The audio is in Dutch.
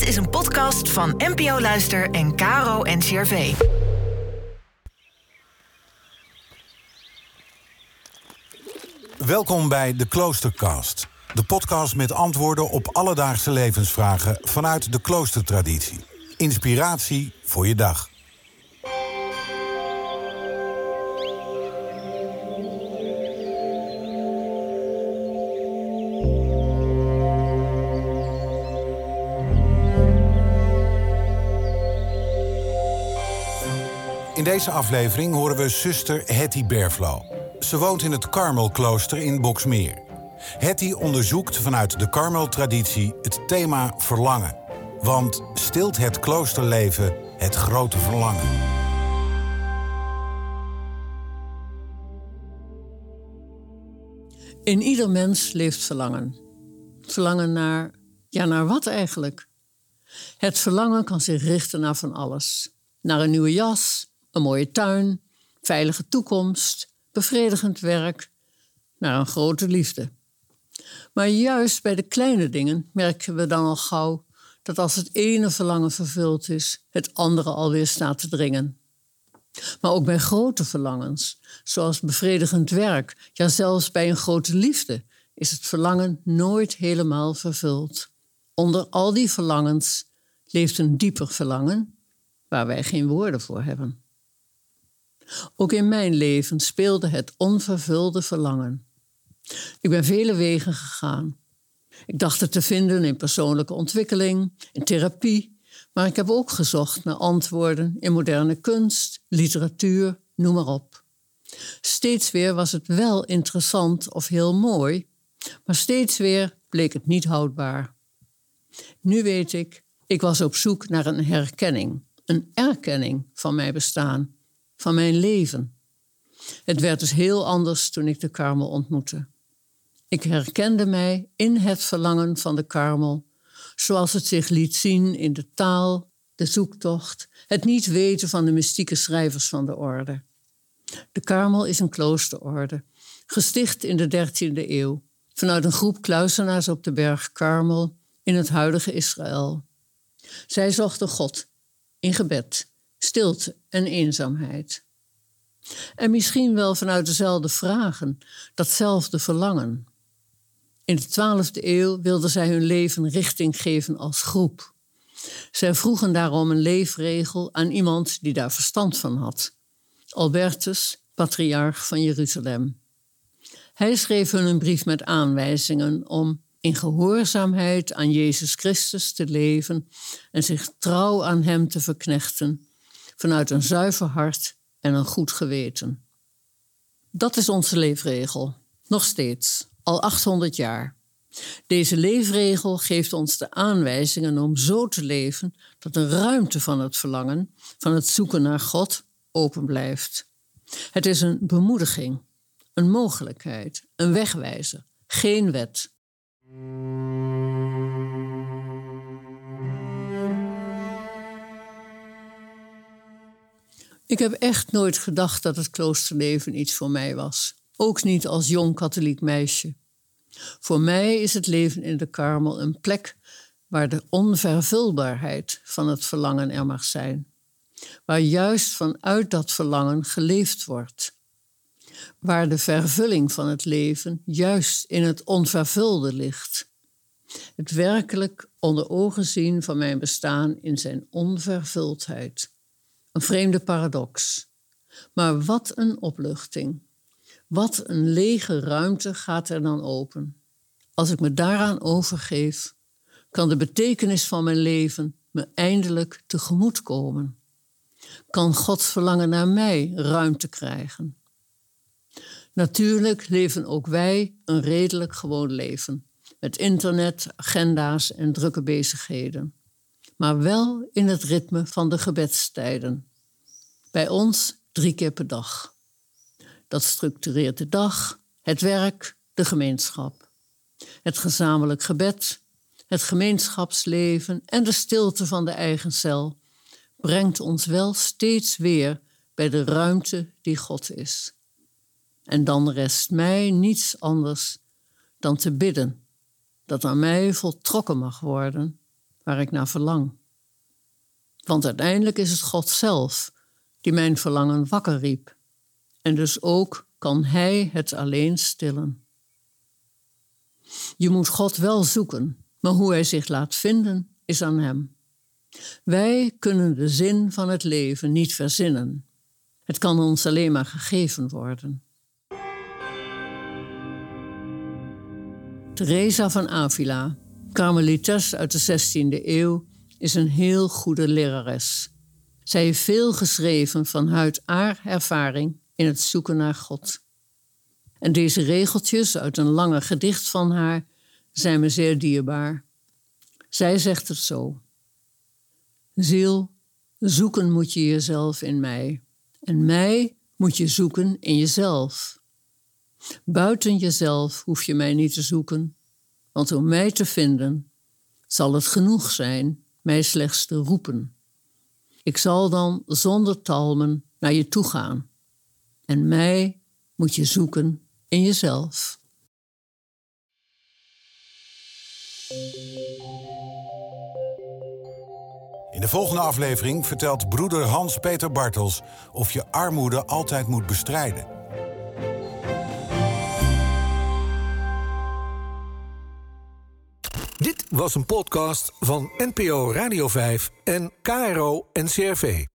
is een podcast van NPO Luister en Caro NCRV. Welkom bij de Kloostercast. De podcast met antwoorden op alledaagse levensvragen vanuit de kloostertraditie. Inspiratie voor je dag. In deze aflevering horen we zuster Hetty Berflo. Ze woont in het Karmelklooster in Boxmeer. Hetty onderzoekt vanuit de Karmeltraditie het thema verlangen. Want stilt het kloosterleven het grote verlangen? In ieder mens leeft verlangen. Verlangen naar wat eigenlijk? Het verlangen kan zich richten naar van alles. Naar een nieuwe jas, een mooie tuin, veilige toekomst, bevredigend werk, naar een grote liefde. Maar juist bij de kleine dingen merken we dan al gauw dat als het ene verlangen vervuld is, het andere alweer staat te dringen. Maar ook bij grote verlangens, zoals bevredigend werk, ja zelfs bij een grote liefde, is het verlangen nooit helemaal vervuld. Onder al die verlangens leeft een dieper verlangen, waar wij geen woorden voor hebben. Ook in mijn leven speelde het onvervulde verlangen. Ik ben vele wegen gegaan. Ik dacht het te vinden in persoonlijke ontwikkeling, in therapie, maar ik heb ook gezocht naar antwoorden in moderne kunst, literatuur, noem maar op. Steeds weer was het wel interessant of heel mooi, maar steeds weer bleek het niet houdbaar. Nu weet ik was op zoek naar een herkenning, een erkenning van mijn bestaan, van mijn leven. Het werd dus heel anders toen ik de Karmel ontmoette. Ik herkende mij in het verlangen van de Karmel, zoals het zich liet zien in de taal, de zoektocht, het niet weten van de mystieke schrijvers van de orde. De Karmel is een kloosterorde, gesticht in de 13e eeuw, vanuit een groep kluizenaars op de berg Karmel in het huidige Israël. Zij zochten God in gebed, stilte en eenzaamheid. En misschien wel vanuit dezelfde vragen, datzelfde verlangen. In de 12e eeuw wilden zij hun leven richting geven als groep. Zij vroegen daarom een leefregel aan iemand die daar verstand van had. Albertus, patriarch van Jeruzalem. Hij schreef hun een brief met aanwijzingen om in gehoorzaamheid aan Jezus Christus te leven en zich trouw aan hem te verknechten, vanuit een zuiver hart en een goed geweten. Dat is onze leefregel, nog steeds, al 800 jaar. Deze leefregel geeft ons de aanwijzingen om zo te leven dat de ruimte van het verlangen, van het zoeken naar God, open blijft. Het is een bemoediging, een mogelijkheid, een wegwijzer, geen wet. Ik heb echt nooit gedacht dat het kloosterleven iets voor mij was. Ook niet als jong katholiek meisje. Voor mij is het leven in de Karmel een plek waar de onvervulbaarheid van het verlangen er mag zijn. Waar juist vanuit dat verlangen geleefd wordt. Waar de vervulling van het leven juist in het onvervulde ligt. Het werkelijk onder ogen zien van mijn bestaan in zijn onvervuldheid. Een vreemde paradox. Maar wat een opluchting. Wat een lege ruimte gaat er dan open. Als ik me daaraan overgeef, kan de betekenis van mijn leven me eindelijk tegemoet komen. Kan Gods verlangen naar mij ruimte krijgen. Natuurlijk leven ook wij een redelijk gewoon leven. Met internet, agenda's en drukke bezigheden. Maar wel in het ritme van de gebedstijden. Bij ons 3 keer per dag. Dat structureert de dag, het werk, de gemeenschap. Het gezamenlijk gebed, het gemeenschapsleven en de stilte van de eigen cel brengt ons wel steeds weer bij de ruimte die God is. En dan rest mij niets anders dan te bidden dat aan mij voltrokken mag worden waar ik naar verlang. Want uiteindelijk is het God zelf die mijn verlangen wakker riep. En dus ook kan Hij het alleen stillen. Je moet God wel zoeken, maar hoe Hij zich laat vinden is aan Hem. Wij kunnen de zin van het leven niet verzinnen. Het kan ons alleen maar gegeven worden. Teresa van Avila, karmelites uit de 16e eeuw, is een heel goede lerares. Zij heeft veel geschreven vanuit haar ervaring in het zoeken naar God. En deze regeltjes uit een lange gedicht van haar zijn me zeer dierbaar. Zij zegt het zo. Ziel, zoeken moet je jezelf in mij. En mij moet je zoeken in jezelf. Buiten jezelf hoef je mij niet te zoeken, want om mij te vinden zal het genoeg zijn mij slechts te roepen. Ik zal dan zonder talmen naar je toe gaan. En mij moet je zoeken in jezelf. In de volgende aflevering vertelt broeder Hans-Peter Bartels of je armoede altijd moet bestrijden. Dit was een podcast van NPO Radio 5 en KRO NCRV.